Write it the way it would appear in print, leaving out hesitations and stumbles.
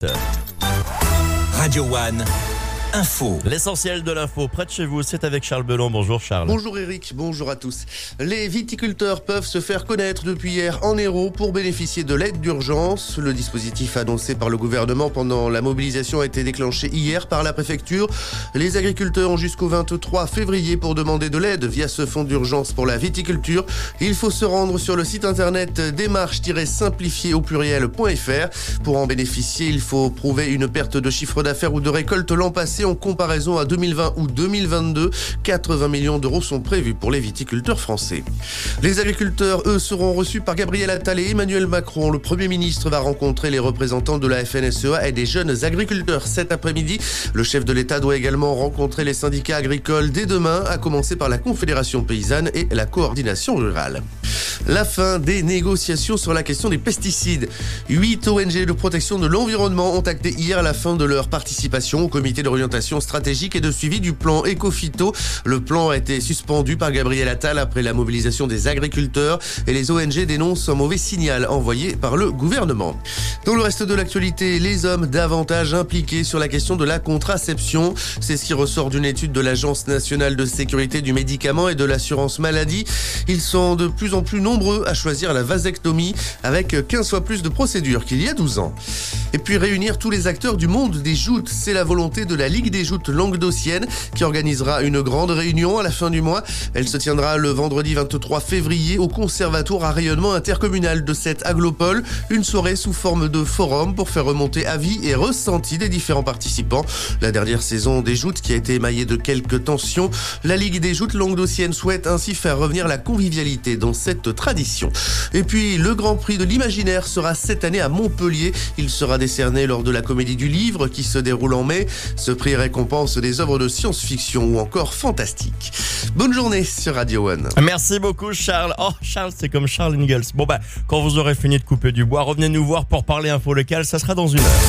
Radio One, info. L'essentiel de l'info près de chez vous, c'est avec Charles Belon. Bonjour Charles. Bonjour Eric, bonjour à tous. Les viticulteurs peuvent se faire connaître depuis hier en Hérault pour bénéficier de l'aide d'urgence. Le dispositif annoncé par le gouvernement pendant la mobilisation a été déclenché hier par la préfecture. Les agriculteurs ont jusqu'au 23 février pour demander de l'aide via ce fonds d'urgence pour la viticulture. Il faut se rendre sur le site internet démarche-simplifié au pluriel.fr. Pour en bénéficier, il faut prouver une perte de chiffre d'affaires ou de récolte l'an passé en comparaison à 2020 ou 2022. 80 millions d'euros sont prévus pour les viticulteurs français. Les agriculteurs, eux, seront reçus par Gabriel Attal et Emmanuel Macron. Le Premier ministre va rencontrer les représentants de la FNSEA et des jeunes agriculteurs cet après-midi. Le chef de l'État doit également rencontrer les syndicats agricoles dès demain, à commencer par la Confédération paysanne et la coordination rurale. La fin des négociations sur la question des pesticides. 8 ONG de protection de l'environnement ont acté hier la fin de leur participation au comité d'orientation stratégique et de suivi du plan Éco-Phyto. Le plan a été suspendu par Gabriel Attal après la mobilisation des agriculteurs et les ONG dénoncent un mauvais signal envoyé par le gouvernement. Dans le reste de l'actualité, les hommes davantage impliqués sur la question de la contraception. C'est ce qui ressort d'une étude de l'Agence nationale de sécurité du médicament et de l'assurance maladie. Ils sont de plus en plus nombreux à choisir la vasectomie avec 15 fois plus de procédures qu'il y a 12 ans. Et puis réunir tous les acteurs du monde des joutes, c'est la volonté de la Ligue des joutes languedocienne qui organisera une grande réunion à la fin du mois. Elle se tiendra le vendredi 23 février au Conservatoire à rayonnement intercommunal de cette aglopole. Une soirée sous forme de forum pour faire remonter avis et ressentis des différents participants. La dernière saison des joutes qui a été émaillée de quelques tensions, la Ligue des joutes languedocienne souhaite ainsi faire revenir la convivialité dans cette tradition. Et puis le Grand Prix de l'Imaginaire sera cette année à Montpellier. Il sera décerné lors de la Comédie du Livre qui se déroule en mai. Ce prix récompense des œuvres de science-fiction ou encore fantastique. Bonne journée sur Radio One. Merci beaucoup Charles. Oh Charles, c'est comme Charles Ingalls. Bon quand vous aurez fini de couper du bois, revenez nous voir pour parler info locale, ça sera dans une heure.